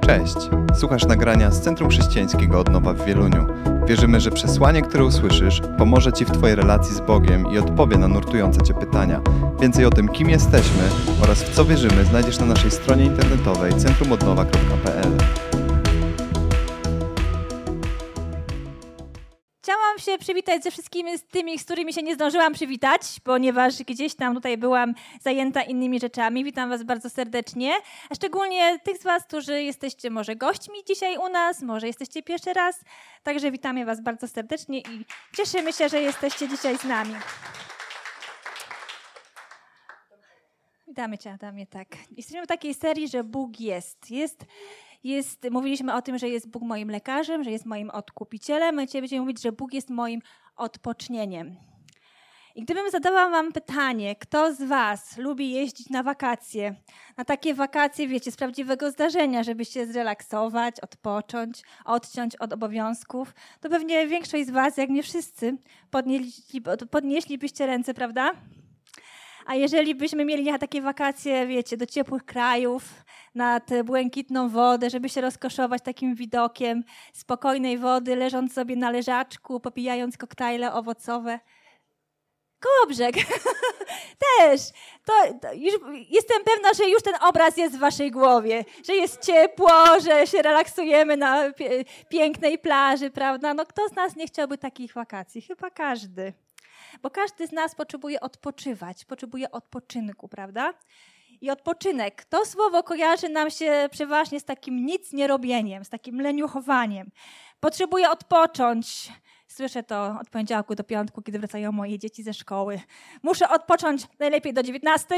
Cześć! Słuchasz nagrania z Centrum Chrześcijańskiego Odnowa w Wieluniu. Wierzymy, że przesłanie, które usłyszysz, pomoże Ci w Twojej relacji z Bogiem i odpowie na nurtujące Cię pytania. Więcej o tym, kim jesteśmy oraz w co wierzymy, znajdziesz na naszej stronie internetowej centrumodnowa.pl. Chciałam się przywitać ze wszystkimi z tymi, z którymi się nie zdążyłam przywitać, ponieważ gdzieś tam tutaj byłam zajęta innymi rzeczami. Witam Was bardzo serdecznie, a szczególnie tych z Was, którzy jesteście może gośćmi dzisiaj u nas, może jesteście pierwszy raz. Także witamy Was bardzo serdecznie i cieszymy się, że jesteście dzisiaj z nami. Witamy Cię, Adamie, tak. Jesteśmy w takiej serii, że Bóg jest. Mówiliśmy o tym, że jest Bóg moim lekarzem, że jest moim odkupicielem. My dzisiaj będziemy mówić, że Bóg jest moim odpocznieniem. I gdybym zadała Wam pytanie, kto z Was lubi jeździć na wakacje? Na takie wakacje, wiecie, z prawdziwego zdarzenia, żeby się zrelaksować, odpocząć, odciąć od obowiązków, to pewnie większość z Was, jak nie wszyscy, podnieślibyście ręce, prawda? A jeżeli byśmy mieli takie wakacje, wiecie, do ciepłych krajów, nad błękitną wodę, żeby się rozkoszować takim widokiem spokojnej wody, leżąc sobie na leżaczku, popijając koktajle owocowe. Kołobrzeg też. To już jestem pewna, że już ten obraz jest w waszej głowie, że jest ciepło, że się relaksujemy na pięknej plaży, prawda? No kto z nas nie chciałby takich wakacji? Chyba każdy. Bo każdy z nas potrzebuje odpoczywać, potrzebuje odpoczynku, prawda? I odpoczynek, to słowo kojarzy nam się przeważnie z takim nic nie robieniem, z takim leniuchowaniem. Potrzebuję odpocząć. Słyszę to od poniedziałku do piątku, kiedy wracają moje dzieci ze szkoły. Muszę odpocząć najlepiej do 19.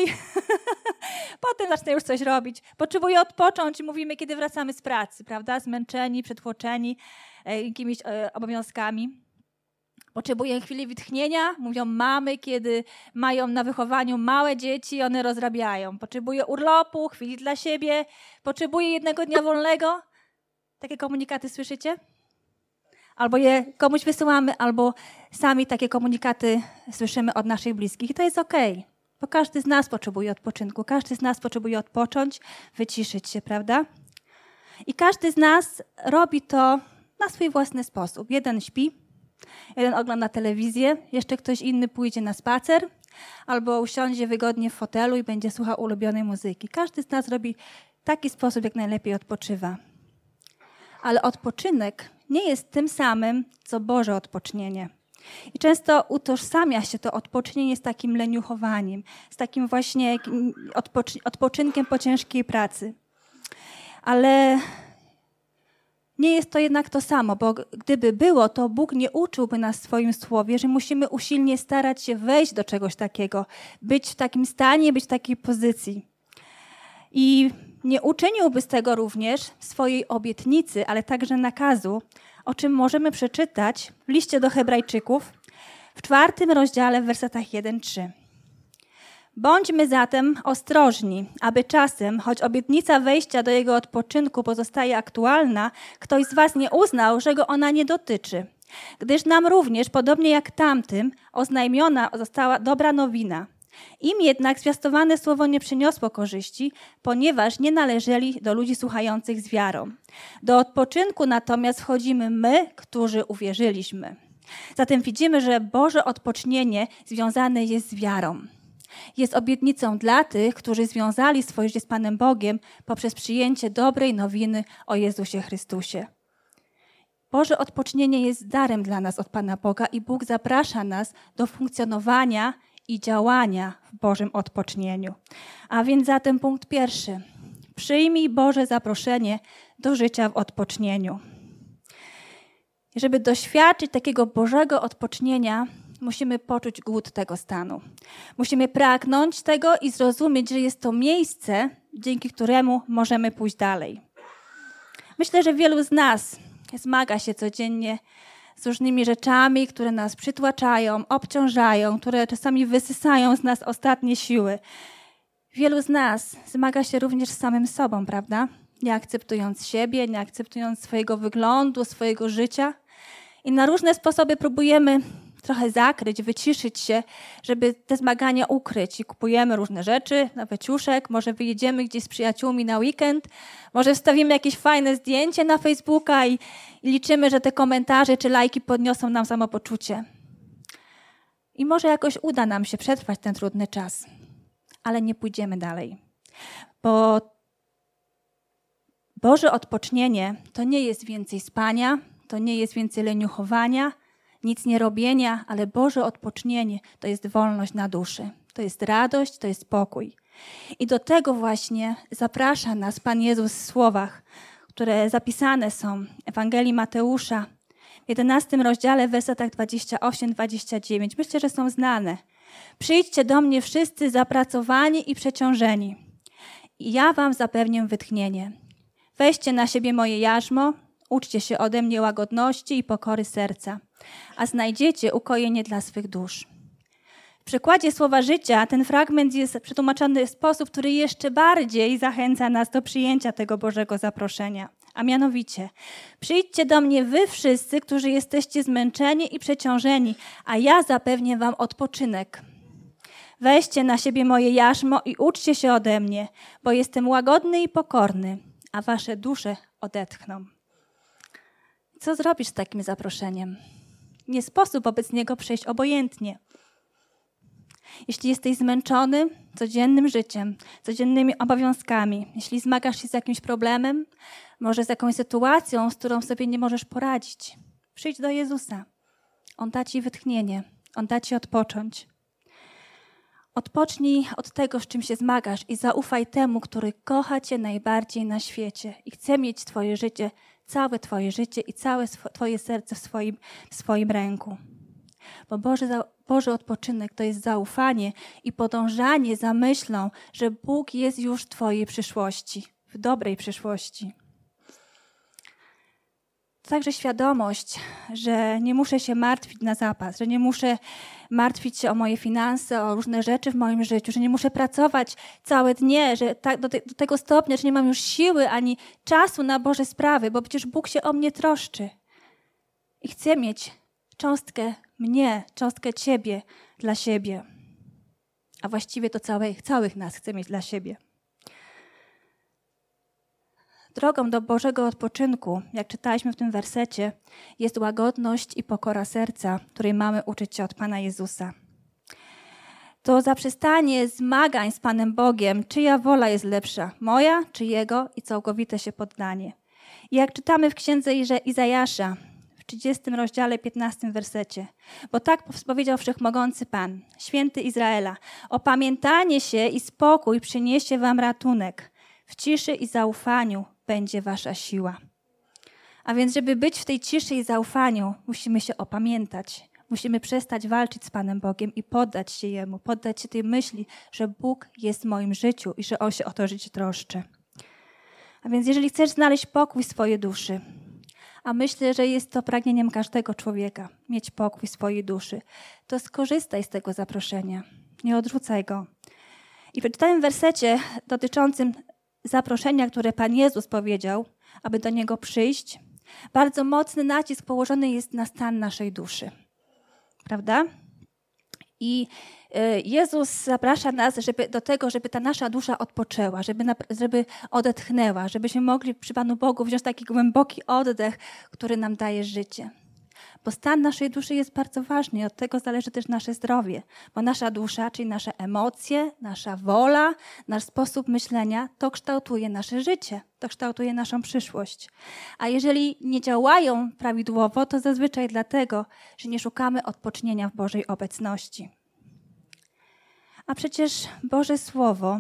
Potem zacznę już coś robić. Potrzebuję odpocząć, mówimy, kiedy wracamy z pracy, prawda? Zmęczeni, przetłoczeni jakimiś obowiązkami. Potrzebuję chwili wytchnienia, mówią mamy, kiedy mają na wychowaniu małe dzieci, one rozrabiają. Potrzebuję urlopu, chwili dla siebie, potrzebuję jednego dnia wolnego. Takie komunikaty słyszycie? Albo je komuś wysyłamy, albo sami takie komunikaty słyszymy od naszych bliskich. I to jest okej, bo każdy z nas potrzebuje odpoczynku, każdy z nas potrzebuje odpocząć, wyciszyć się, prawda? I każdy z nas robi to na swój własny sposób. Jeden śpi, jeden ogląda telewizję, jeszcze ktoś inny pójdzie na spacer albo usiądzie wygodnie w fotelu i będzie słuchał ulubionej muzyki. Każdy z nas robi taki sposób, jak najlepiej odpoczywa. Ale odpoczynek nie jest tym samym, co Boże odpocznienie. I często utożsamia się to odpocznienie z takim leniuchowaniem, z takim właśnie odpoczynkiem po ciężkiej pracy. Ale nie jest to jednak to samo, bo gdyby było, to Bóg nie uczyłby nas w swoim słowie, że musimy usilnie starać się wejść do czegoś takiego, być w takim stanie, być w takiej pozycji. I nie uczyniłby z tego również swojej obietnicy, ale także nakazu, o czym możemy przeczytać w liście do Hebrajczyków w 4 rozdziale w wersetach 1-3. Bądźmy zatem ostrożni, aby czasem, choć obietnica wejścia do jego odpoczynku pozostaje aktualna, ktoś z was nie uznał, że go ona nie dotyczy. Gdyż nam również, podobnie jak tamtym, oznajmiona została dobra nowina. Im jednak zwiastowane słowo nie przyniosło korzyści, ponieważ nie należeli do ludzi słuchających z wiarą. Do odpoczynku natomiast wchodzimy my, którzy uwierzyliśmy. Zatem widzimy, że Boże odpocznienie związane jest z wiarą. Jest obietnicą dla tych, którzy związali swoje życie z Panem Bogiem poprzez przyjęcie dobrej nowiny o Jezusie Chrystusie. Boże odpocznienie jest darem dla nas od Pana Boga i Bóg zaprasza nas do funkcjonowania i działania w Bożym odpocznieniu. A więc zatem punkt pierwszy. Przyjmij Boże zaproszenie do życia w odpocznieniu. Żeby doświadczyć takiego Bożego odpocznienia, musimy poczuć głód tego stanu. Musimy pragnąć tego i zrozumieć, że jest to miejsce, dzięki któremu możemy pójść dalej. Myślę, że wielu z nas zmaga się codziennie z różnymi rzeczami, które nas przytłaczają, obciążają, które czasami wysysają z nas ostatnie siły. Wielu z nas zmaga się również z samym sobą, prawda? Nie akceptując siebie, nie akceptując swojego wyglądu, swojego życia. I na różne sposoby próbujemy trochę zakryć, wyciszyć się, żeby te zmagania ukryć. I kupujemy różne rzeczy, nawet ciuszek, może wyjedziemy gdzieś z przyjaciółmi na weekend, może wstawimy jakieś fajne zdjęcie na Facebooka i liczymy, że te komentarze czy lajki podniosą nam samopoczucie. I może jakoś uda nam się przetrwać ten trudny czas, ale nie pójdziemy dalej, bo Boże odpocznienie to nie jest więcej spania, to nie jest więcej leniuchowania, nic nie robienia, ale Boże odpocznienie to jest wolność na duszy, to jest radość, to jest pokój. I do tego właśnie zaprasza nas Pan Jezus w słowach, które zapisane są w Ewangelii Mateusza, w 11 rozdziale, w wersetach 28-29. Myślę, że są znane. Przyjdźcie do mnie wszyscy zapracowani i przeciążeni, i ja wam zapewnię wytchnienie. Weźcie na siebie moje jarzmo, uczcie się ode mnie łagodności i pokory serca, a znajdziecie ukojenie dla swych dusz. W przykładzie Słowa Życia ten fragment jest przetłumaczony w sposób, który jeszcze bardziej zachęca nas do przyjęcia tego Bożego zaproszenia. A mianowicie, przyjdźcie do mnie wy wszyscy, którzy jesteście zmęczeni i przeciążeni, a ja zapewnię wam odpoczynek. Weźcie na siebie moje jarzmo i uczcie się ode mnie, bo jestem łagodny i pokorny, a wasze dusze odetchną. Co zrobisz z takim zaproszeniem? Nie sposób wobec niego przejść obojętnie. Jeśli jesteś zmęczony codziennym życiem, codziennymi obowiązkami, jeśli zmagasz się z jakimś problemem, może z jakąś sytuacją, z którą sobie nie możesz poradzić, przyjdź do Jezusa. On da ci wytchnienie, On da ci odpocząć. Odpocznij od tego, z czym się zmagasz i zaufaj temu, który kocha cię najbardziej na świecie i chce mieć twoje życie, całe twoje życie i całe twoje serce w swoim ręku. Bo Boży odpoczynek to jest zaufanie i podążanie za myślą, że Bóg jest już w twojej przyszłości, w dobrej przyszłości. Także świadomość, że nie muszę się martwić na zapas, że nie muszę martwić się o moje finanse, o różne rzeczy w moim życiu, że nie muszę pracować całe dnie, że do tego stopnia, że nie mam już siły ani czasu na Boże sprawy, bo przecież Bóg się o mnie troszczy. I chcę mieć cząstkę mnie, cząstkę Ciebie dla siebie. A właściwie to całych nas chce mieć dla siebie. Drogą do Bożego odpoczynku, jak czytaliśmy w tym wersecie, jest łagodność i pokora serca, której mamy uczyć się od Pana Jezusa. To zaprzestanie zmagań z Panem Bogiem, czyja wola jest lepsza, moja czy Jego, i całkowite się poddanie. I jak czytamy w księdze Izajasza, w 30 rozdziale, 15 wersecie, bo tak powiedział Wszechmogący Pan, święty Izraela, opamiętanie się i spokój przyniesie wam ratunek, w ciszy i zaufaniu będzie wasza siła. A więc, żeby być w tej ciszy i zaufaniu, musimy się opamiętać. Musimy przestać walczyć z Panem Bogiem i poddać się Jemu, poddać się tej myśli, że Bóg jest w moim życiu i że On się o to życie troszczy. A więc, jeżeli chcesz znaleźć pokój w swojej duszy, a myślę, że jest to pragnieniem każdego człowieka, mieć pokój w swojej duszy, to skorzystaj z tego zaproszenia. Nie odrzucaj go. I w przeczytanym wersecie dotyczącym zaproszenia, które Pan Jezus powiedział, aby do Niego przyjść, bardzo mocny nacisk położony jest na stan naszej duszy. Prawda? I Jezus zaprasza nas do tego, żeby ta nasza dusza odpoczęła, żeby odetchnęła, żebyśmy mogli przy Panu Bogu wziąć taki głęboki oddech, który nam daje życie. Bo stan naszej duszy jest bardzo ważny i od tego zależy też nasze zdrowie. Bo nasza dusza, czyli nasze emocje, nasza wola, nasz sposób myślenia, to kształtuje nasze życie, to kształtuje naszą przyszłość. A jeżeli nie działają prawidłowo, to zazwyczaj dlatego, że nie szukamy odpocznienia w Bożej obecności. A przecież Boże Słowo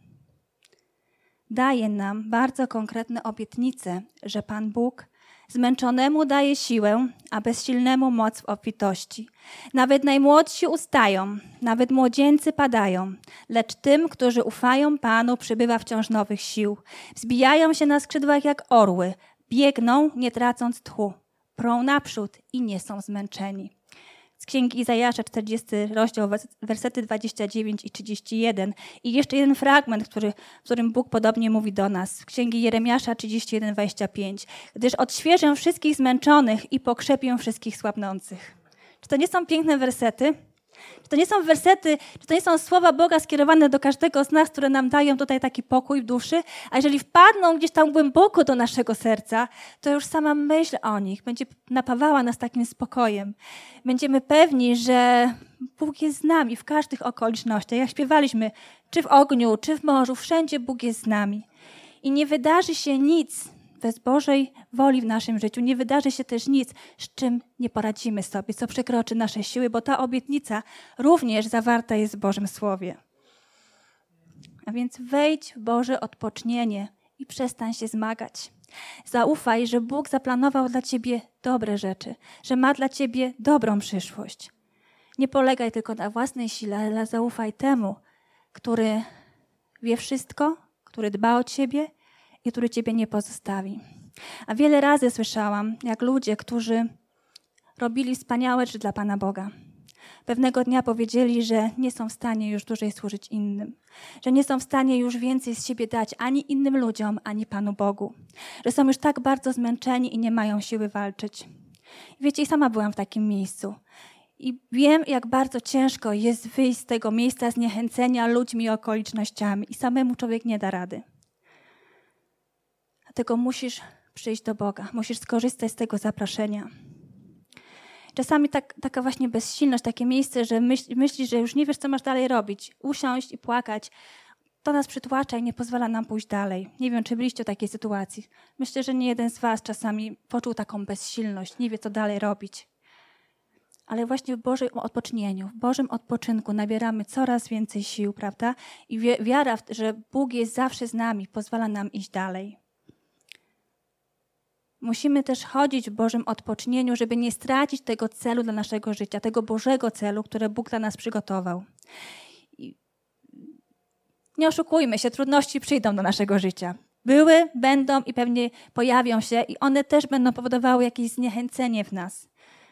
daje nam bardzo konkretne obietnice, że Pan Bóg zmęczonemu daje siłę, a bezsilnemu moc w obfitości. Nawet najmłodsi ustają, nawet młodzieńcy padają, lecz tym, którzy ufają Panu, przybywa wciąż nowych sił. Wzbijają się na skrzydłach jak orły, biegną, nie tracąc tchu, prą naprzód i nie są zmęczeni. Z Księgi Izajasza, 40 rozdział, wersety 29 i 31. I jeszcze jeden fragment, w którym Bóg podobnie mówi do nas. W Księgi Jeremiasza 31, 25. Gdyż odświeżę wszystkich zmęczonych i pokrzepię wszystkich słabnących. Czy to nie są piękne wersety? Czy to nie są wersety, czy to nie są słowa Boga skierowane do każdego z nas, które nam dają tutaj taki pokój w duszy? A jeżeli wpadną gdzieś tam głęboko do naszego serca, to już sama myśl o nich będzie napawała nas takim spokojem. Będziemy pewni, że Bóg jest z nami w każdych okolicznościach. Jak śpiewaliśmy, czy w ogniu, czy w morzu, wszędzie Bóg jest z nami. I nie wydarzy się nic bez Bożej woli w naszym życiu. Nie wydarzy się też nic, z czym nie poradzimy sobie, co przekroczy nasze siły, bo ta obietnica również zawarta jest w Bożym Słowie. A więc wejdź w Boże odpocznienie i przestań się zmagać. Zaufaj, że Bóg zaplanował dla ciebie dobre rzeczy, że ma dla ciebie dobrą przyszłość. Nie polegaj tylko na własnej sile, ale zaufaj temu, który wie wszystko, który dba o ciebie i który ciebie nie pozostawi. A wiele razy słyszałam, jak ludzie, którzy robili wspaniałe rzeczy dla Pana Boga, pewnego dnia powiedzieli, że nie są w stanie już dłużej służyć innym, że nie są w stanie już więcej z siebie dać ani innym ludziom, ani Panu Bogu, że są już tak bardzo zmęczeni i nie mają siły walczyć. Wiecie, i sama byłam w takim miejscu. I wiem, jak bardzo ciężko jest wyjść z tego miejsca zniechęcenia ludźmi i okolicznościami. I samemu człowiek nie da rady. Dlatego musisz przyjść do Boga. Musisz skorzystać z tego zaproszenia. Czasami taka właśnie bezsilność, takie miejsce, że myślisz, że już nie wiesz, co masz dalej robić. Usiąść i płakać. To nas przytłacza i nie pozwala nam pójść dalej. Nie wiem, czy byliście w takiej sytuacji. Myślę, że nie jeden z was czasami poczuł taką bezsilność. Nie wie, co dalej robić. Ale właśnie w Bożym odpocznieniu, w Bożym odpoczynku nabieramy coraz więcej sił, prawda? I wiara, że Bóg jest zawsze z nami, pozwala nam iść dalej. Musimy też chodzić w Bożym odpocznieniu, żeby nie stracić tego celu dla naszego życia, tego Bożego celu, które Bóg dla nas przygotował. I nie oszukujmy się, trudności przyjdą do naszego życia. Były, będą i pewnie pojawią się i one też będą powodowały jakieś zniechęcenie w nas.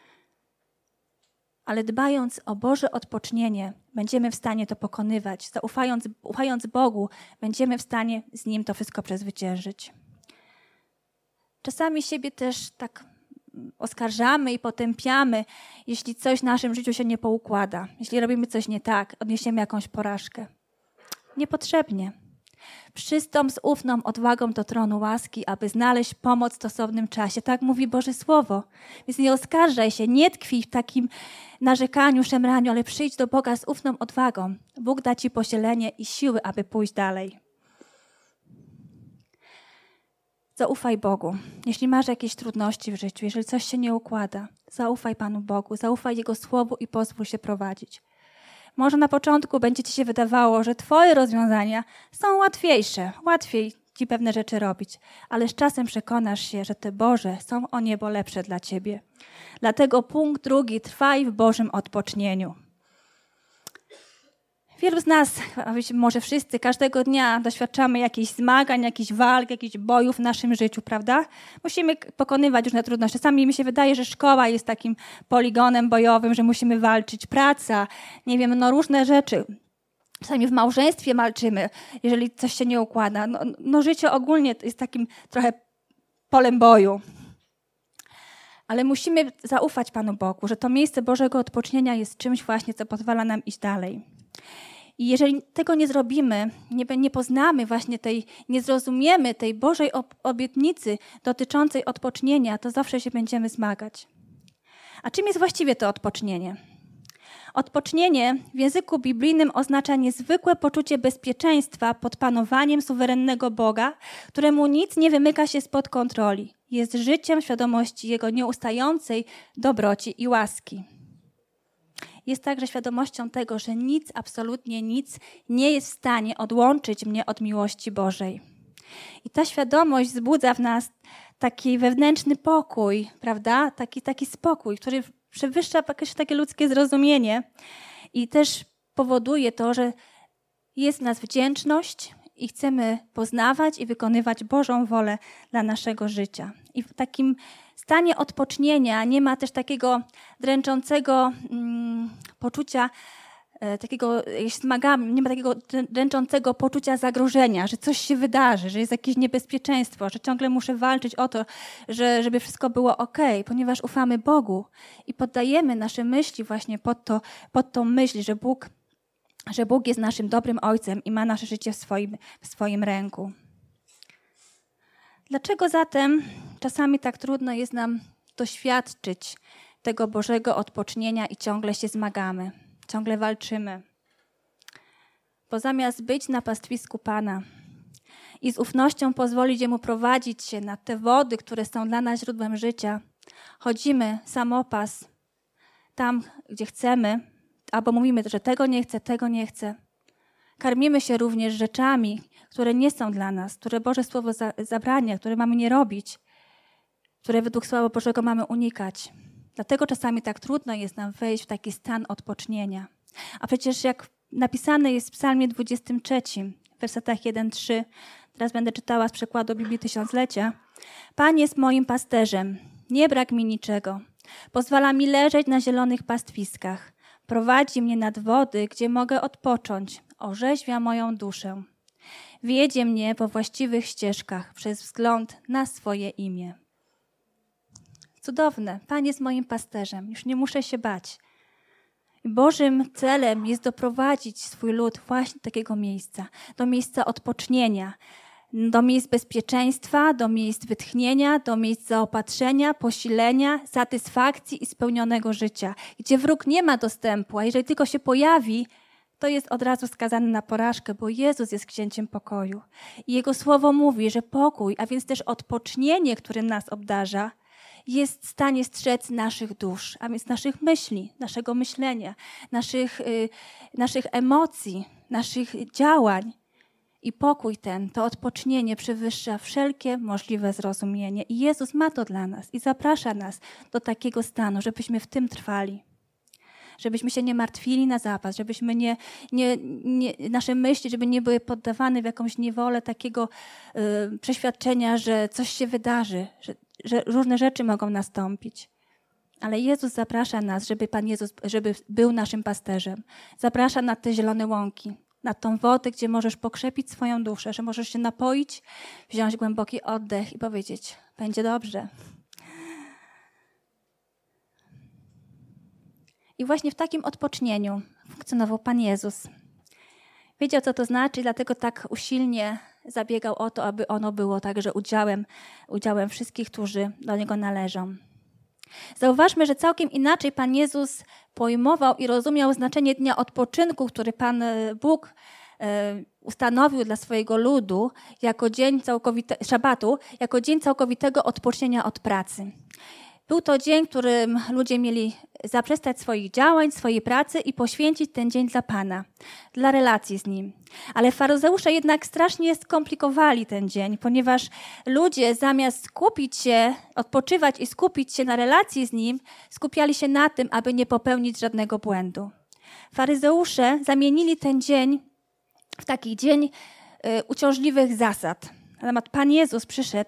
Ale dbając o Boże odpocznienie, będziemy w stanie to pokonywać. Ufając Bogu, będziemy w stanie z Nim to wszystko przezwyciężyć. Czasami siebie też tak oskarżamy i potępiamy, jeśli coś w naszym życiu się nie poukłada. Jeśli robimy coś nie tak, odniesiemy jakąś porażkę. Niepotrzebnie. Przystąp z ufną odwagą do tronu łaski, aby znaleźć pomoc w stosownym czasie. Tak mówi Boże Słowo. Więc nie oskarżaj się, nie tkwij w takim narzekaniu, szemraniu, ale przyjdź do Boga z ufną odwagą. Bóg da ci posilenie i siły, aby pójść dalej. Zaufaj Bogu. Jeśli masz jakieś trudności w życiu, jeżeli coś się nie układa, zaufaj Panu Bogu, zaufaj Jego Słowu i pozwól się prowadzić. Może na początku będzie ci się wydawało, że twoje rozwiązania są łatwiejsze, łatwiej ci pewne rzeczy robić, ale z czasem przekonasz się, że te Boże są o niebo lepsze dla ciebie. Dlatego punkt drugi, trwaj w Bożym odpocznieniu. Wielu z nas, a może wszyscy, każdego dnia doświadczamy jakichś zmagań, jakichś walk, jakichś bojów w naszym życiu, prawda? Musimy pokonywać różne trudności. Czasami mi się wydaje, że szkoła jest takim poligonem bojowym, że musimy walczyć, praca, nie wiem, różne rzeczy. Czasami w małżeństwie walczymy, jeżeli coś się nie układa. Życie ogólnie jest takim trochę polem boju. Ale musimy zaufać Panu Bogu, że to miejsce Bożego odpocznienia jest czymś właśnie, co pozwala nam iść dalej. I jeżeli tego nie zrobimy, nie poznamy właśnie nie zrozumiemy tej Bożej obietnicy dotyczącej odpocznienia, to zawsze się będziemy zmagać. A czym jest właściwie to odpocznienie? Odpocznienie w języku biblijnym oznacza niezwykłe poczucie bezpieczeństwa pod panowaniem suwerennego Boga, któremu nic nie wymyka się spod kontroli. Jest życiem w świadomości Jego nieustającej dobroci i łaski. Jest także świadomością tego, że nic, absolutnie nic nie jest w stanie odłączyć mnie od miłości Bożej. I ta świadomość wzbudza w nas taki wewnętrzny pokój, prawda? Taki spokój, który przewyższa jakieś takie ludzkie zrozumienie i też powoduje to, że jest w nas wdzięczność i chcemy poznawać i wykonywać Bożą wolę dla naszego życia. I w takim stanie odpocznienia nie ma też takiego dręczącego poczucia nie ma takiego dręczącego poczucia zagrożenia, że coś się wydarzy, że jest jakieś niebezpieczeństwo, że ciągle muszę walczyć o to, żeby wszystko było okej, ponieważ ufamy Bogu i poddajemy nasze myśli właśnie pod tą myśl, że Bóg jest naszym dobrym Ojcem i ma nasze życie w swoim ręku. Dlaczego zatem czasami tak trudno jest nam doświadczyć tego Bożego odpocznienia i ciągle się zmagamy, ciągle walczymy? Bo zamiast być na pastwisku Pana i z ufnością pozwolić Jemu prowadzić się na te wody, które są dla nas źródłem życia, chodzimy samopas tam, gdzie chcemy, albo mówimy, że tego nie chcę. Karmimy się również rzeczami, które nie są dla nas, które Boże Słowo zabrania, które mamy nie robić, które według Słowa Bożego mamy unikać. Dlatego czasami tak trudno jest nam wejść w taki stan odpocznienia. A przecież jak napisane jest w Psalmie 23, w wersetach 1-3, teraz będę czytała z przekładu Biblii Tysiąclecia. Pan jest moim pasterzem, nie brak mi niczego. Pozwala mi leżeć na zielonych pastwiskach. Prowadzi mnie nad wody, gdzie mogę odpocząć. Orzeźwia moją duszę. Wiedzie mnie po właściwych ścieżkach przez wzgląd na swoje imię. Cudowne. Pan jest moim pasterzem. Już nie muszę się bać. Bożym celem jest doprowadzić swój lud właśnie do takiego miejsca. Do miejsca odpocznienia. Do miejsc bezpieczeństwa, do miejsc wytchnienia, do miejsc zaopatrzenia, posilenia, satysfakcji i spełnionego życia. Gdzie wróg nie ma dostępu, a jeżeli tylko się pojawi, to jest od razu skazany na porażkę, bo Jezus jest księciem pokoju. I Jego słowo mówi, że pokój, a więc też odpocznienie, którym nas obdarza, jest w stanie strzec naszych dusz, a więc naszych myśli, naszego myślenia, naszych emocji, naszych działań. I pokój ten, to odpocznienie przewyższa wszelkie możliwe zrozumienie. I Jezus ma to dla nas i zaprasza nas do takiego stanu, żebyśmy w tym trwali. Żebyśmy się nie martwili na zapas, żebyśmy nasze myśli, żeby nie były poddawane w jakąś niewolę takiego przeświadczenia, że coś się wydarzy, że różne rzeczy mogą nastąpić. Ale Jezus zaprasza nas, żeby był naszym pasterzem. Zaprasza na te zielone łąki, na tą wodę, gdzie możesz pokrzepić swoją duszę, że możesz się napoić, wziąć głęboki oddech i powiedzieć, będzie dobrze. I właśnie w takim odpocznieniu funkcjonował Pan Jezus. Wiedział, co to znaczy, dlatego tak usilnie zabiegał o to, aby ono było także udziałem wszystkich, którzy do Niego należą. Zauważmy, że całkiem inaczej Pan Jezus pojmował i rozumiał znaczenie dnia odpoczynku, który Pan Bóg ustanowił dla swojego ludu jako dzień szabatu, jako dzień całkowitego odpocznienia od pracy. Był to dzień, w którym ludzie mieli zaprzestać swoich działań, swojej pracy i poświęcić ten dzień dla Pana, dla relacji z Nim. Ale faryzeusze jednak strasznie skomplikowali ten dzień, ponieważ ludzie zamiast odpoczywać i skupić się na relacji z Nim, skupiali się na tym, aby nie popełnić żadnego błędu. Faryzeusze zamienili ten dzień w taki dzień uciążliwych zasad. Natomiast Pan Jezus przyszedł,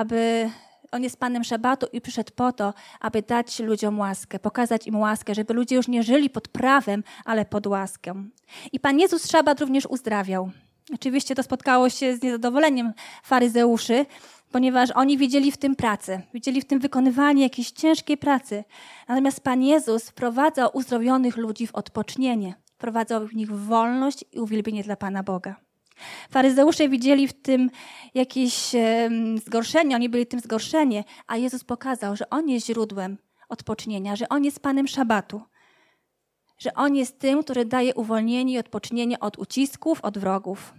On jest Panem szabatu i przyszedł po to, aby dać ludziom łaskę, pokazać im łaskę, żeby ludzie już nie żyli pod prawem, ale pod łaską. I Pan Jezus szabat również uzdrawiał. Oczywiście to spotkało się z niezadowoleniem faryzeuszy, ponieważ oni widzieli w tym pracę, widzieli w tym wykonywanie jakiejś ciężkiej pracy. Natomiast Pan Jezus wprowadzał uzdrowionych ludzi w odpocznienie, wprowadzał w nich wolność i uwielbienie dla Pana Boga. Faryzeusze widzieli w tym jakieś zgorszenie, oni byli tym zgorszeni, a Jezus pokazał, że On jest źródłem odpocznienia, że On jest Panem szabatu, że On jest tym, który daje uwolnienie i odpocznienie od ucisków, od wrogów.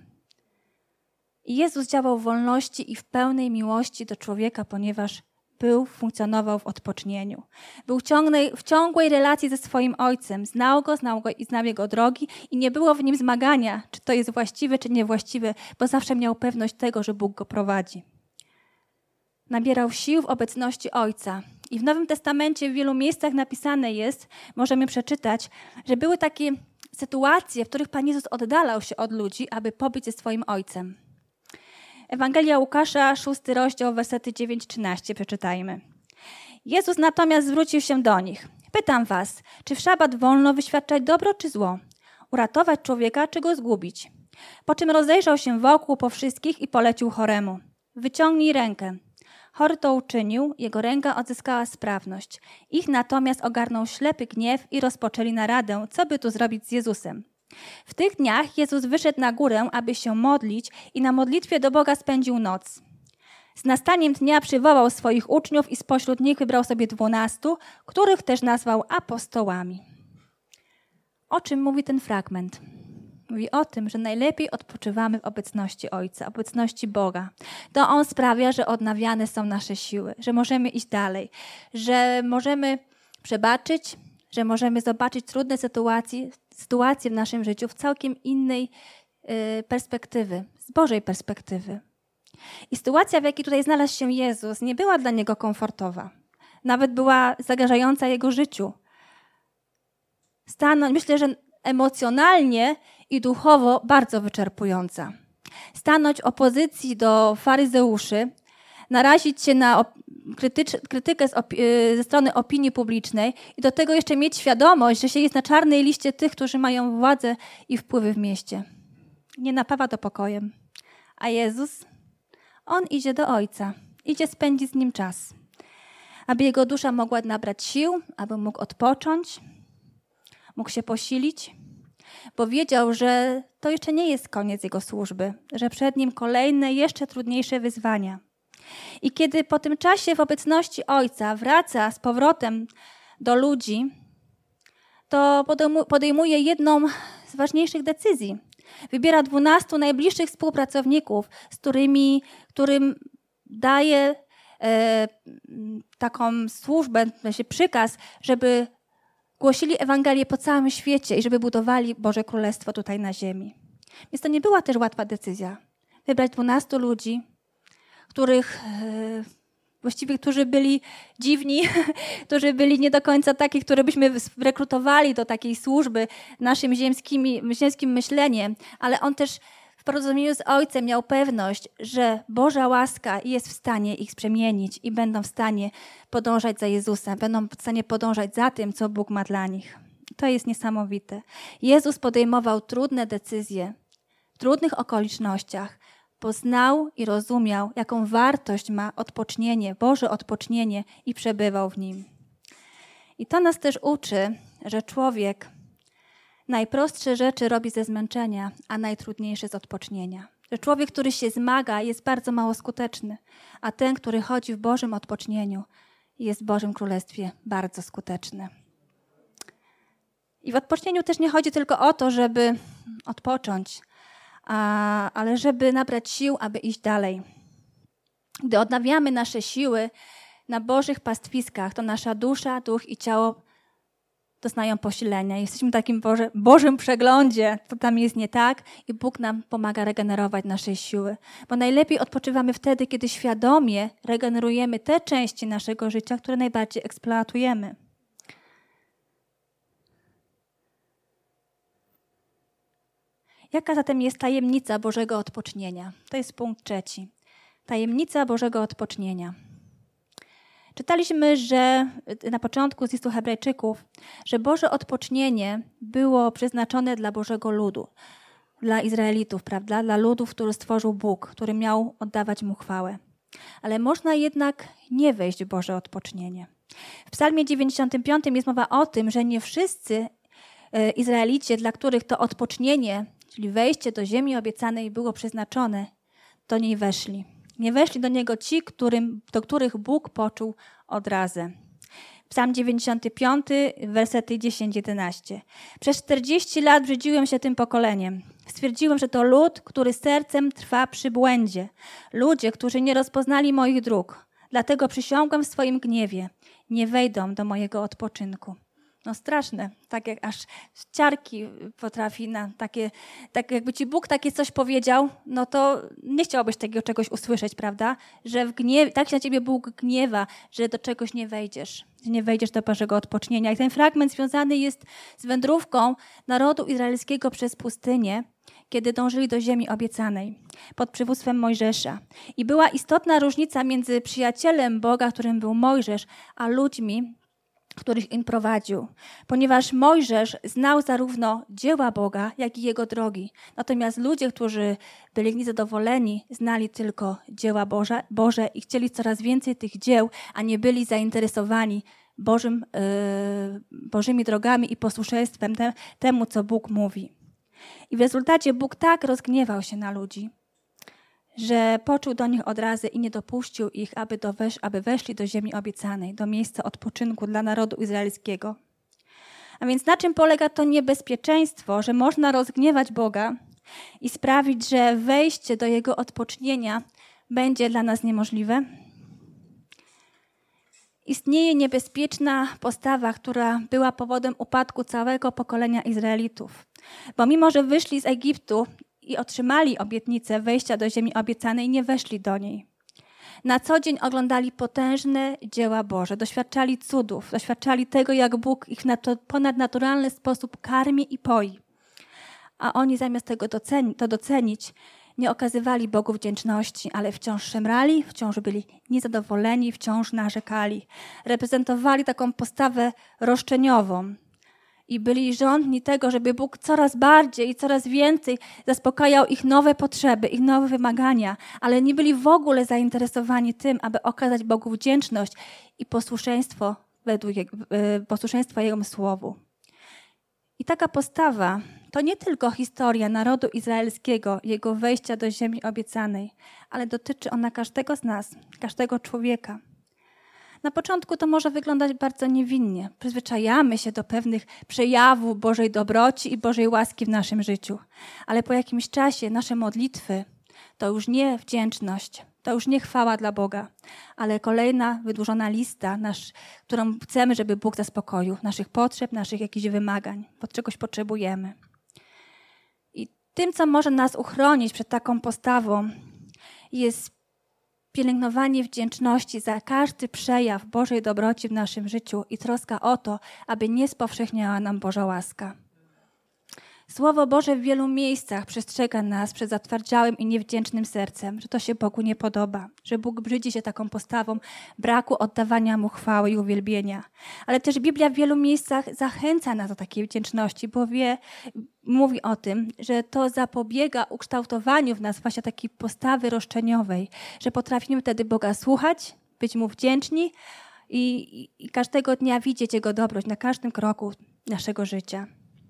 I Jezus działał w wolności i w pełnej miłości do człowieka, ponieważ funkcjonował w odpocznieniu. Był w ciągłej relacji ze swoim Ojcem. Znał go i znał Jego drogi i nie było w nim zmagania, czy to jest właściwe, czy niewłaściwe, bo zawsze miał pewność tego, że Bóg go prowadzi. Nabierał sił w obecności Ojca. I w Nowym Testamencie w wielu miejscach napisane jest, możemy przeczytać, że były takie sytuacje, w których Pan Jezus oddalał się od ludzi, aby pobyć ze swoim Ojcem. Ewangelia Łukasza, 6 rozdział, wersety 9-13 przeczytajmy. Jezus natomiast zwrócił się do nich. Pytam was, czy w szabat wolno wyświadczać dobro czy zło? uratować człowieka, czy go zgubić. Po czym rozejrzał się wokół po wszystkich i polecił choremu. Wyciągnij rękę. Chory to uczynił, jego ręka odzyskała sprawność. Ich natomiast ogarnął ślepy gniew i rozpoczęli naradę, co by tu zrobić z Jezusem. W tych dniach Jezus wyszedł na górę, aby się modlić i na modlitwie do Boga spędził noc. Z nastaniem dnia przywołał swoich uczniów i spośród nich wybrał sobie 12, których też nazwał apostołami. O czym mówi ten fragment? Mówi o tym, że najlepiej odpoczywamy w obecności Ojca, obecności Boga. To On sprawia, że odnawiane są nasze siły, że możemy iść dalej, że możemy przebaczyć, że możemy zobaczyć trudne sytuacje w naszym życiu w całkiem innej perspektywy, z Bożej perspektywy. I sytuacja, w jakiej tutaj znalazł się Jezus, nie była dla Niego komfortowa. Nawet była zagrażająca Jego życiu. Myślę, że emocjonalnie i duchowo bardzo wyczerpująca. Stanąć w opozycji do faryzeuszy, narazić się na krytykę ze strony opinii publicznej i do tego jeszcze mieć świadomość, że się jest na czarnej liście tych, którzy mają władzę i wpływy w mieście. Nie napawa to pokojem. A Jezus, On idzie do Ojca, idzie spędzić z Nim czas, aby Jego dusza mogła nabrać sił, aby mógł odpocząć, mógł się posilić, bo wiedział, że to jeszcze nie jest koniec Jego służby, że przed Nim kolejne, jeszcze trudniejsze wyzwania. I kiedy po tym czasie w obecności Ojca wraca z powrotem do ludzi, to podejmuje jedną z ważniejszych decyzji. Wybiera 12 najbliższych współpracowników, którym daje taką służbę, przykaz, żeby głosili Ewangelię po całym świecie i żeby budowali Boże Królestwo tutaj na ziemi. Więc to nie była też łatwa decyzja. Wybrać 12 ludzi, którzy byli dziwni, którzy byli nie do końca taki, które byśmy rekrutowali do takiej służby naszym ziemskim myśleniem, ale on też w porozumieniu z Ojcem miał pewność, że Boża łaska jest w stanie ich przemienić i będą w stanie podążać za Jezusem, będą w stanie podążać za tym, co Bóg ma dla nich. To jest niesamowite. Jezus podejmował trudne decyzje w trudnych okolicznościach, poznał i rozumiał, jaką wartość ma odpocznienie, Boże odpocznienie i przebywał w nim. I to nas też uczy, że człowiek najprostsze rzeczy robi ze zmęczenia, a najtrudniejsze z odpocznienia. Że człowiek, który się zmaga, jest bardzo mało skuteczny, a ten, który chodzi w Bożym odpocznieniu, jest w Bożym Królestwie bardzo skuteczny. I w odpocznieniu też nie chodzi tylko o to, żeby odpocząć, ale żeby nabrać sił, aby iść dalej. Gdy odnawiamy nasze siły na Bożych pastwiskach, to nasza dusza, duch i ciało doznają posilenia. Jesteśmy w takim Bożym przeglądzie, co tam jest nie tak i Bóg nam pomaga regenerować nasze siły. Bo najlepiej odpoczywamy wtedy, kiedy świadomie regenerujemy te części naszego życia, które najbardziej eksploatujemy. Jaka zatem jest tajemnica Bożego odpocznienia? To jest punkt 3. Tajemnica Bożego odpocznienia. Czytaliśmy, że na początku z listu Hebrajczyków, że Boże odpocznienie było przeznaczone dla Bożego ludu, dla Izraelitów, prawda? Dla ludów, który stworzył Bóg, który miał oddawać Mu chwałę. Ale można jednak nie wejść w Boże odpocznienie. W Psalmie 95 jest mowa o tym, że nie wszyscy Izraelici, dla których to odpocznienie, czyli wejście do ziemi obiecanej było przeznaczone, do niej weszli. Nie weszli do niego ci, do których Bóg poczuł odrazę. Psalm 95, wersety 10-11. Przez 40 lat brzydziłem się tym pokoleniem. Stwierdziłem, że to lud, który sercem trwa przy błędzie. Ludzie, którzy nie rozpoznali moich dróg. Dlatego przysiągłem w swoim gniewie. Nie wejdą do mojego odpoczynku. No straszne, tak jak aż ciarki potrafi tak jakby ci Bóg takie coś powiedział, no to nie chciałbyś takiego czegoś usłyszeć, prawda? Że tak się na ciebie Bóg gniewa, że do czegoś nie wejdziesz, że nie wejdziesz do Bożego odpocznienia. I ten fragment związany jest z wędrówką narodu izraelskiego przez pustynię, kiedy dążyli do ziemi obiecanej pod przywództwem Mojżesza. I była istotna różnica między przyjacielem Boga, którym był Mojżesz, a ludźmi, których im prowadził, ponieważ Mojżesz znał zarówno dzieła Boga, jak i Jego drogi. Natomiast ludzie, którzy byli niezadowoleni, znali tylko dzieła Boże i chcieli coraz więcej tych dzieł, a nie byli zainteresowani Bożymi drogami i posłuszeństwem temu, co Bóg mówi. I w rezultacie Bóg tak rozgniewał się na ludzi, że poczuł do nich odrazy i nie dopuścił ich, aby weszli do ziemi obiecanej, do miejsca odpoczynku dla narodu izraelskiego. A więc na czym polega to niebezpieczeństwo, że można rozgniewać Boga i sprawić, że wejście do Jego odpocznienia będzie dla nas niemożliwe? Istnieje niebezpieczna postawa, która była powodem upadku całego pokolenia Izraelitów. Bo mimo, że wyszli z Egiptu i otrzymali obietnicę wejścia do ziemi obiecanej, nie weszli do niej. Na co dzień oglądali potężne dzieła Boże, doświadczali cudów, doświadczali tego, jak Bóg ich w ponadnaturalny sposób karmi i poi. A oni zamiast tego docenić, nie okazywali Bogu wdzięczności, ale wciąż szemrali, wciąż byli niezadowoleni, wciąż narzekali. Reprezentowali taką postawę roszczeniową i byli żądni tego, żeby Bóg coraz bardziej i coraz więcej zaspokajał ich nowe potrzeby, ich nowe wymagania, ale nie byli w ogóle zainteresowani tym, aby okazać Bogu wdzięczność i posłuszeństwo Jego słowu. I taka postawa to nie tylko historia narodu izraelskiego, jego wejścia do ziemi obiecanej, ale dotyczy ona każdego z nas, każdego człowieka. Na początku to może wyglądać bardzo niewinnie. Przyzwyczajamy się do pewnych przejawów Bożej dobroci i Bożej łaski w naszym życiu. Ale po jakimś czasie nasze modlitwy to już nie wdzięczność, to już nie chwała dla Boga, ale kolejna wydłużona lista, którą chcemy, żeby Bóg zaspokoił, naszych potrzeb, naszych jakichś wymagań, bo czegoś potrzebujemy. I tym, co może nas uchronić przed taką postawą, jest pielęgnowanie wdzięczności za każdy przejaw Bożej dobroci w naszym życiu i troska o to, aby nie spowszechniała nam Boża łaska. Słowo Boże w wielu miejscach przestrzega nas przed zatwardziałym i niewdzięcznym sercem, że to się Bogu nie podoba, że Bóg brzydzi się taką postawą braku oddawania Mu chwały i uwielbienia. Ale też Biblia w wielu miejscach zachęca nas do takiej wdzięczności, bo mówi o tym, że to zapobiega ukształtowaniu w nas właśnie takiej postawy roszczeniowej, że potrafimy wtedy Boga słuchać, być Mu wdzięczni i każdego dnia widzieć Jego dobroć na każdym kroku naszego życia.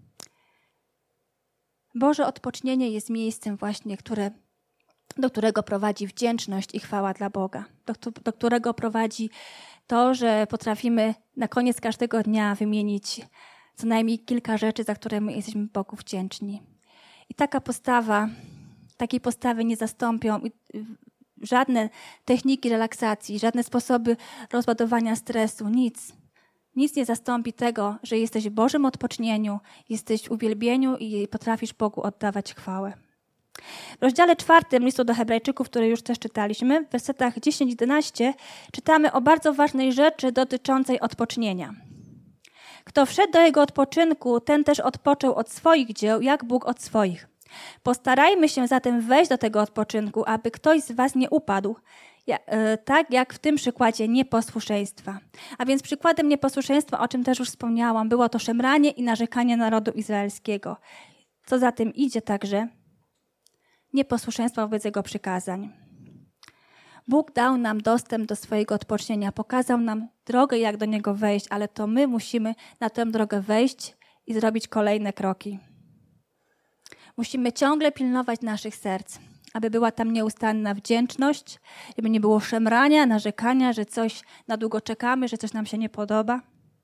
Boże odpocznienie jest miejscem właśnie, do którego prowadzi wdzięczność i chwała dla Boga. Do którego prowadzi to, że potrafimy na koniec każdego dnia wymienić co najmniej kilka rzeczy, za które my jesteśmy Bogu wdzięczni. I takiej postawy nie zastąpią żadne techniki relaksacji, żadne sposoby rozładowania stresu, nic. Nic nie zastąpi tego, że jesteś w Bożym odpocznieniu, jesteś w uwielbieniu i potrafisz Bogu oddawać chwałę. W rozdziale 4 listu do Hebrajczyków, który już też czytaliśmy, w wersetach 10-11 czytamy o bardzo ważnej rzeczy dotyczącej odpocznienia. Kto wszedł do jego odpoczynku, ten też odpoczął od swoich dzieł, jak Bóg od swoich. Postarajmy się zatem wejść do tego odpoczynku, aby ktoś z was nie upadł, tak jak w tym przykładzie nieposłuszeństwa. A więc przykładem nieposłuszeństwa, o czym też już wspomniałam, było to szemranie i narzekanie narodu izraelskiego. Co za tym idzie także nieposłuszeństwo wobec Jego przykazań. Bóg dał nam dostęp do swojego odpocznienia, pokazał nam drogę, jak do Niego wejść, ale to my musimy na tę drogę wejść i zrobić kolejne kroki. Musimy ciągle pilnować naszych serc, aby była tam nieustanna wdzięczność, żeby nie było szemrania, narzekania, że coś na długo czekamy, że coś nam się nie podoba.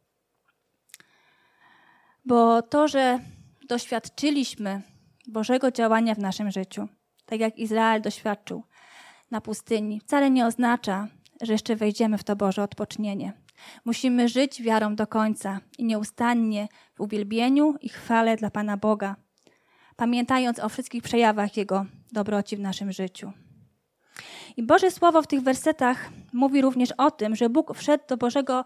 Bo to, że doświadczyliśmy Bożego działania w naszym życiu, tak jak Izrael doświadczył na pustyni, wcale nie oznacza, że jeszcze wejdziemy w to Boże odpocznienie. Musimy żyć wiarą do końca i nieustannie w uwielbieniu i chwale dla Pana Boga, pamiętając o wszystkich przejawach Jego dobroci w naszym życiu. I Boże Słowo w tych wersetach mówi również o tym, że Bóg wszedł do Bożego,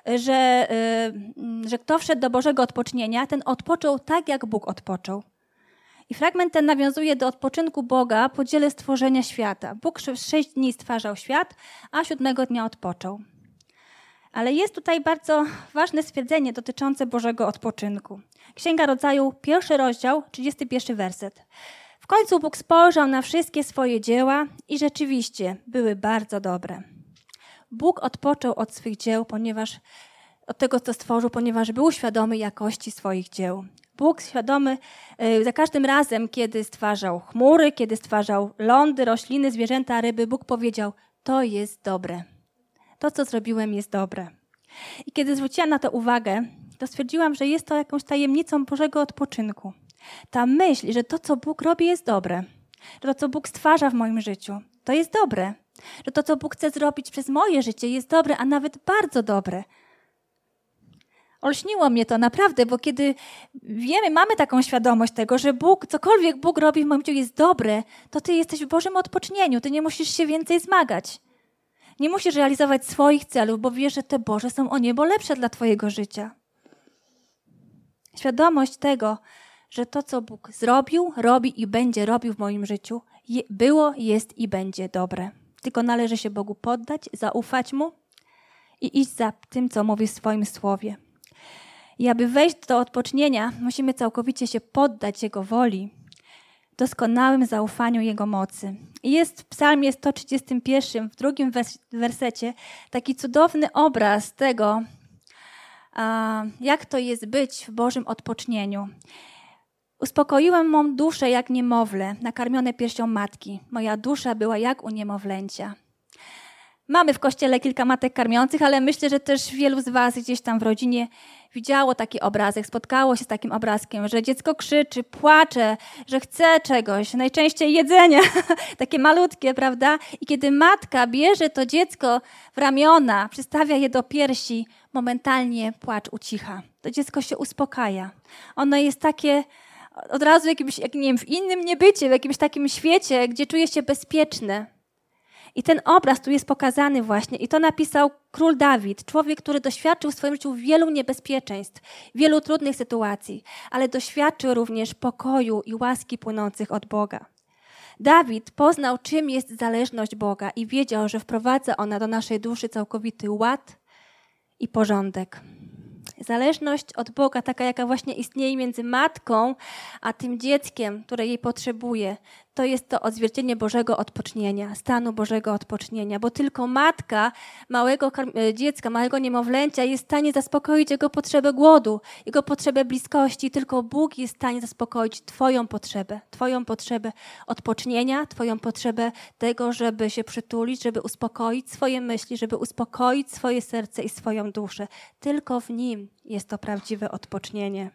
że kto wszedł do Bożego odpocznienia, ten odpoczął tak, jak Bóg odpoczął. I fragment ten nawiązuje do odpoczynku Boga po dziele stworzenia świata. Bóg przez 6 dni stwarzał świat, a 7 dnia odpoczął. Ale jest tutaj bardzo ważne stwierdzenie dotyczące Bożego odpoczynku. Księga Rodzaju, 1 rozdział, 31 werset. W końcu Bóg spojrzał na wszystkie swoje dzieła i rzeczywiście były bardzo dobre. Bóg odpoczął od swych dzieł, od tego, co stworzył, ponieważ był świadomy jakości swoich dzieł. Bóg świadomy za każdym razem, kiedy stwarzał chmury, kiedy stwarzał lądy, rośliny, zwierzęta, ryby, Bóg powiedział, to jest dobre. To, co zrobiłem, jest dobre. I kiedy zwróciłam na to uwagę, to stwierdziłam, że jest to jakąś tajemnicą Bożego odpoczynku. Ta myśl, że to, co Bóg robi, jest dobre. Że to, co Bóg stwarza w moim życiu, to jest dobre. Że to, co Bóg chce zrobić przez moje życie, jest dobre, a nawet bardzo dobre. Olśniło mnie to naprawdę, bo kiedy mamy taką świadomość tego, że cokolwiek Bóg robi w moim życiu jest dobre, to ty jesteś w Bożym odpocznieniu, ty nie musisz się więcej zmagać. Nie musisz realizować swoich celów, bo wiesz, że te Boże są o niebo lepsze dla twojego życia. Świadomość tego, że to, co Bóg zrobił, robi i będzie robił w moim życiu, było, jest i będzie dobre. Tylko należy się Bogu poddać, zaufać Mu i iść za tym, co mówi w swoim słowie. I aby wejść do odpocznienia, musimy całkowicie się poddać Jego woli, doskonałym zaufaniu Jego mocy. I jest w psalmie 131, w 2 wersecie, taki cudowny obraz tego, jak to jest być w Bożym odpocznieniu. Uspokoiłem mą duszę jak niemowlę, nakarmione piersią matki. Moja dusza była jak u niemowlęcia. Mamy w kościele kilka matek karmiących, ale myślę, że też wielu z was gdzieś tam w rodzinie widziało taki obrazek, spotkało się z takim obrazkiem, że dziecko krzyczy, płacze, że chce czegoś, najczęściej jedzenia, takie malutkie, prawda? I kiedy matka bierze to dziecko w ramiona, przystawia je do piersi, momentalnie płacz ucicha. To dziecko się uspokaja. Ono jest takie od razu w innym niebycie, w jakimś takim świecie, gdzie czuje się bezpieczne. I ten obraz tu jest pokazany właśnie i to napisał król Dawid, człowiek, który doświadczył w swoim życiu wielu niebezpieczeństw, wielu trudnych sytuacji, ale doświadczył również pokoju i łaski płynących od Boga. Dawid poznał, czym jest zależność Boga i wiedział, że wprowadza ona do naszej duszy całkowity ład i porządek. Zależność od Boga, taka jaka właśnie istnieje między matką a tym dzieckiem, które jej potrzebuje, to jest to odzwierciedlenie Bożego odpocznienia, stanu Bożego odpocznienia, bo tylko matka małego dziecka, małego niemowlęcia jest w stanie zaspokoić jego potrzebę głodu, jego potrzebę bliskości. Tylko Bóg jest w stanie zaspokoić twoją potrzebę odpocznienia, twoją potrzebę tego, żeby się przytulić, żeby uspokoić swoje myśli, żeby uspokoić swoje serce i swoją duszę. Tylko w Nim jest to prawdziwe odpocznienie.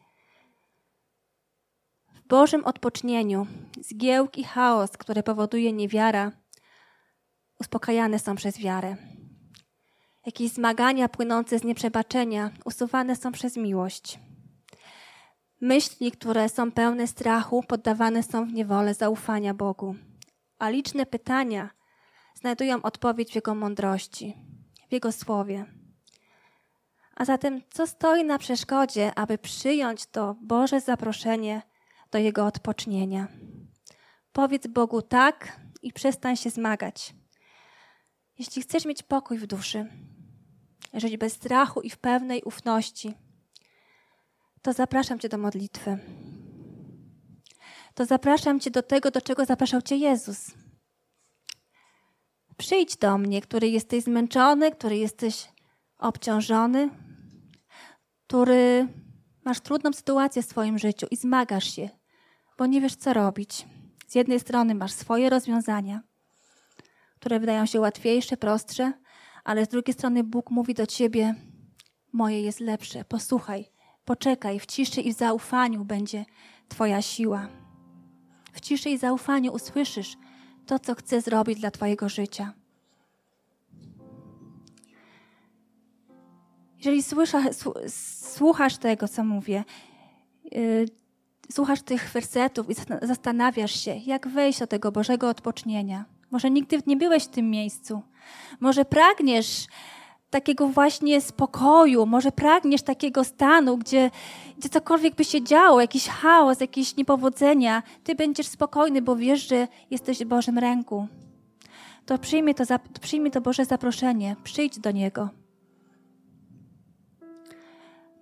W Bożym odpocznieniu zgiełk i chaos, które powoduje niewiara, uspokajane są przez wiarę. Jakieś zmagania płynące z nieprzebaczenia usuwane są przez miłość. Myśli, które są pełne strachu, poddawane są w niewolę zaufania Bogu. A liczne pytania znajdują odpowiedź w Jego mądrości, w Jego słowie. A zatem co stoi na przeszkodzie, aby przyjąć to Boże zaproszenie do Jego odpocznienia? Powiedz Bogu tak i przestań się zmagać. Jeśli chcesz mieć pokój w duszy, żyć bez strachu i w pełnej ufności, to zapraszam Cię do modlitwy. To zapraszam Cię do tego, do czego zapraszał Cię Jezus. Przyjdź do mnie, który jesteś zmęczony, który jesteś obciążony, który masz trudną sytuację w swoim życiu i zmagasz się, bo nie wiesz, co robić. Z jednej strony masz swoje rozwiązania, które wydają się łatwiejsze, prostsze, ale z drugiej strony Bóg mówi do ciebie, moje jest lepsze, posłuchaj, poczekaj, w ciszy i w zaufaniu będzie twoja siła. W ciszy i zaufaniu usłyszysz to, co chce zrobić dla twojego życia. Jeżeli słuchasz tego, co mówię, słuchasz tych wersetów i zastanawiasz się, jak wejść do tego Bożego odpocznienia. Może nigdy nie byłeś w tym miejscu. Może pragniesz takiego właśnie spokoju, może pragniesz takiego stanu, gdzie cokolwiek by się działo, jakiś chaos, jakieś niepowodzenia, ty będziesz spokojny, bo wiesz, że jesteś w Bożym ręku. To przyjmij to Boże zaproszenie, przyjdź do Niego.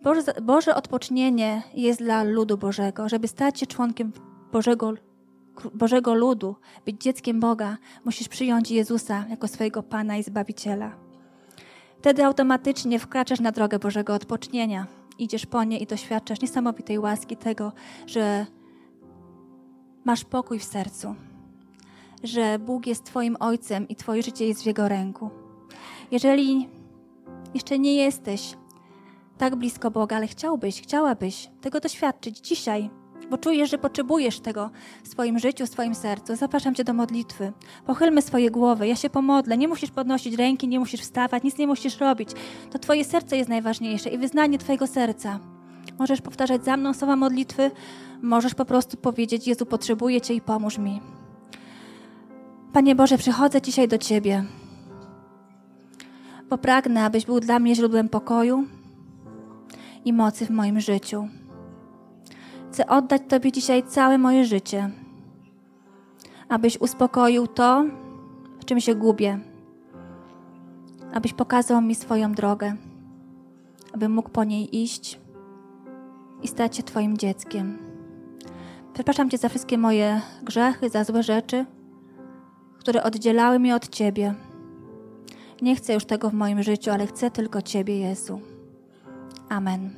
Boże odpocznienie jest dla ludu Bożego. Żeby stać się członkiem Bożego ludu, być dzieckiem Boga, musisz przyjąć Jezusa jako swojego Pana i Zbawiciela. Wtedy automatycznie wkraczasz na drogę Bożego odpocznienia. Idziesz po nie i doświadczasz niesamowitej łaski tego, że masz pokój w sercu, że Bóg jest Twoim Ojcem i Twoje życie jest w Jego ręku. Jeżeli jeszcze nie jesteś tak blisko Boga, ale chciałabyś tego doświadczyć dzisiaj, bo czujesz, że potrzebujesz tego w swoim życiu, w swoim sercu, zapraszam Cię do modlitwy. Pochylmy swoje głowy, ja się pomodlę. Nie musisz podnosić ręki, nie musisz wstawać, nic nie musisz robić. To Twoje serce jest najważniejsze i wyznanie Twojego serca. Możesz powtarzać za mną słowa modlitwy, możesz po prostu powiedzieć: Jezu, potrzebuję Cię i pomóż mi. Panie Boże, przychodzę dzisiaj do Ciebie, bo pragnę, abyś był dla mnie źródłem pokoju i mocy w moim życiu. Chcę oddać Tobie dzisiaj całe moje życie, abyś uspokoił to, w czym się gubię, abyś pokazał mi swoją drogę, abym mógł po niej iść i stać się Twoim dzieckiem. Przepraszam Cię za wszystkie moje grzechy, za złe rzeczy, które oddzielały mnie od Ciebie. Nie chcę już tego w moim życiu, ale chcę tylko Ciebie, Jezu. Amen.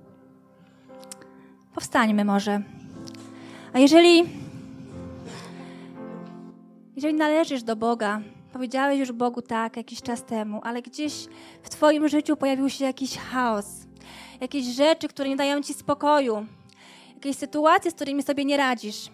Powstańmy może. A jeżeli należysz do Boga, powiedziałeś już Bogu tak jakiś czas temu, ale gdzieś w Twoim życiu pojawił się jakiś chaos, jakieś rzeczy, które nie dają Ci spokoju, jakieś sytuacje, z którymi sobie nie radzisz.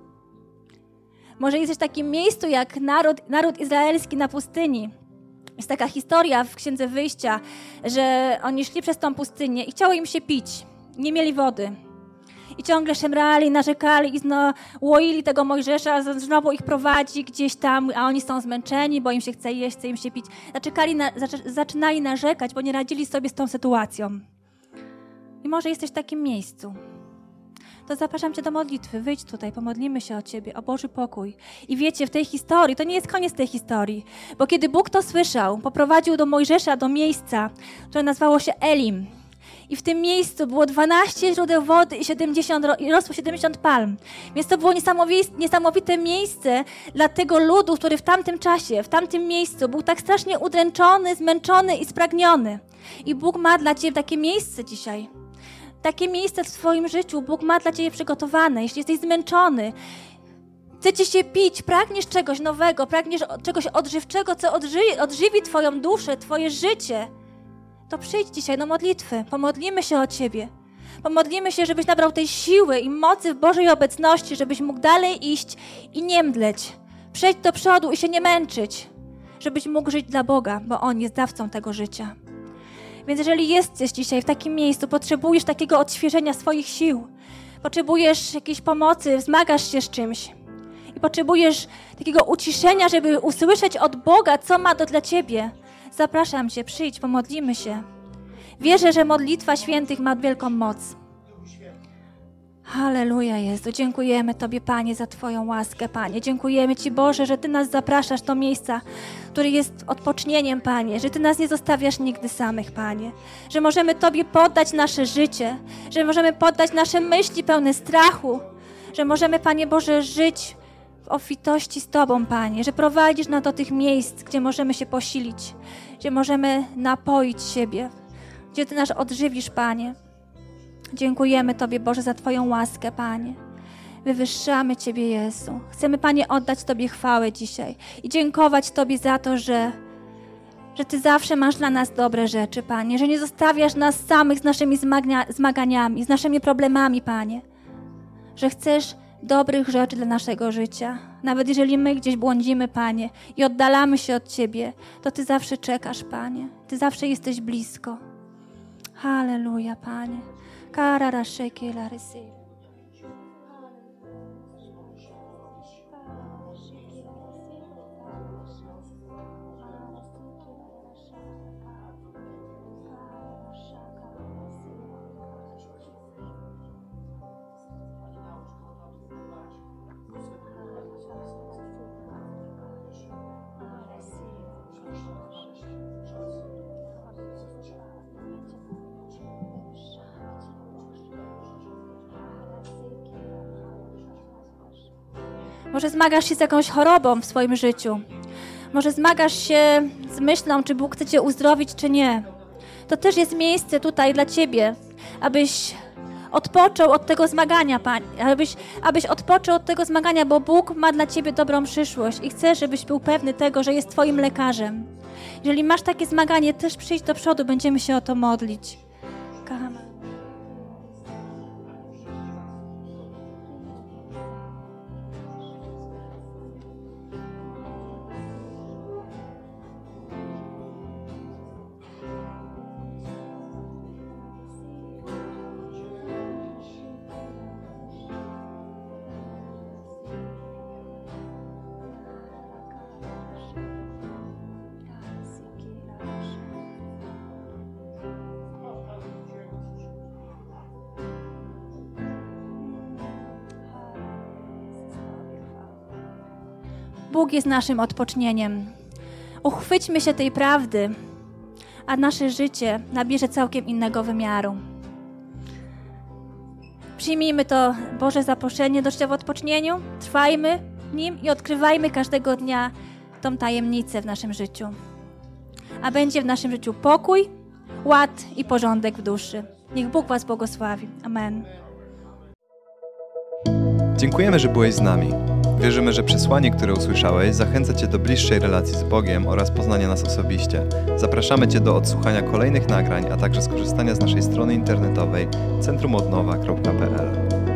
Może jesteś w takim miejscu jak naród izraelski na pustyni. Jest taka historia w Księdze Wyjścia, że oni szli przez tą pustynię i chciało im się pić. Nie mieli wody. I ciągle szemrali, narzekali i łoili tego Mojżesza, znowu ich prowadzi gdzieś tam, a oni są zmęczeni, bo im się chce jeść, chce im się pić. Zaczynali narzekać, bo nie radzili sobie z tą sytuacją. I może jesteś w takim miejscu. To zapraszam Cię do modlitwy. Wyjdź tutaj, pomodlimy się o Ciebie, o Boży pokój. I wiecie, w tej historii, to nie jest koniec tej historii, bo kiedy Bóg to słyszał, poprowadził do Mojżesza do miejsca, które nazywało się Elim. I w tym miejscu było 12 źródeł wody i rosło 70 palm. Więc to było niesamowite miejsce dla tego ludu, który w tamtym czasie, w tamtym miejscu był tak strasznie udręczony, zmęczony i spragniony. I Bóg ma dla Ciebie takie miejsce dzisiaj. Takie miejsce w Twoim życiu Bóg ma dla Ciebie przygotowane. Jeśli jesteś zmęczony, chcecie się pić, pragniesz czegoś nowego, pragniesz czegoś odżywczego, co odżywi Twoją duszę, Twoje życie, to przyjdź dzisiaj do modlitwy. Pomodlimy się o Ciebie. Pomodlimy się, żebyś nabrał tej siły i mocy w Bożej obecności, żebyś mógł dalej iść i nie mdleć. Przejdź do przodu i się nie męczyć, żebyś mógł żyć dla Boga, bo On jest dawcą tego życia. Więc jeżeli jesteś dzisiaj w takim miejscu, potrzebujesz takiego odświeżenia swoich sił, potrzebujesz jakiejś pomocy, zmagasz się z czymś i potrzebujesz takiego uciszenia, żeby usłyszeć od Boga, co ma dla Ciebie, zapraszam Cię, przyjdź, pomodlimy się. Wierzę, że modlitwa świętych ma wielką moc. Halleluja, Jezu. Dziękujemy Tobie, Panie, za Twoją łaskę, Panie. Dziękujemy Ci, Boże, że Ty nas zapraszasz do miejsca, które jest odpocznieniem, Panie. Że Ty nas nie zostawiasz nigdy samych, Panie. Że możemy Tobie poddać nasze życie. Że możemy poddać nasze myśli pełne strachu. Że możemy, Panie Boże, żyć w obfitości z Tobą, Panie. Że prowadzisz nas do tych miejsc, gdzie możemy się posilić. Gdzie możemy napoić siebie. Gdzie Ty nas odżywisz, Panie. Dziękujemy Tobie, Boże, za Twoją łaskę, Panie. Wywyższamy Ciebie, Jezu. Chcemy, Panie, oddać Tobie chwałę dzisiaj i dziękować Tobie za to, że Ty zawsze masz dla nas dobre rzeczy, Panie, że nie zostawiasz nas samych z naszymi zmaganiami, z naszymi problemami, Panie, że chcesz dobrych rzeczy dla naszego życia. Nawet jeżeli my gdzieś błądzimy, Panie, i oddalamy się od Ciebie, to Ty zawsze czekasz, Panie. Ty zawsze jesteś blisko. Halleluja, Panie. Kararaszeki larysy. Może zmagasz się z jakąś chorobą w swoim życiu. Może zmagasz się z myślą, czy Bóg chce cię uzdrowić, czy nie. To też jest miejsce tutaj dla ciebie, abyś odpoczął od tego zmagania, Panie. Abyś odpoczął od tego zmagania, bo Bóg ma dla ciebie dobrą przyszłość i chce, żebyś był pewny tego, że jest twoim lekarzem. Jeżeli masz takie zmaganie, też przyjdź do przodu, będziemy się o to modlić. Kocham. Bóg jest naszym odpocznieniem. Uchwyćmy się tej prawdy, a nasze życie nabierze całkiem innego wymiaru. Przyjmijmy to Boże zaproszenie do życia w odpocznieniu, trwajmy w nim i odkrywajmy każdego dnia tą tajemnicę w naszym życiu. A będzie w naszym życiu pokój, ład i porządek w duszy. Niech Bóg was błogosławi. Amen. Dziękujemy, że byłeś z nami. Wierzymy, że przesłanie, które usłyszałeś, zachęca Cię do bliższej relacji z Bogiem oraz poznania nas osobiście. Zapraszamy Cię do odsłuchania kolejnych nagrań, a także skorzystania z naszej strony internetowej centrumodnowa.pl.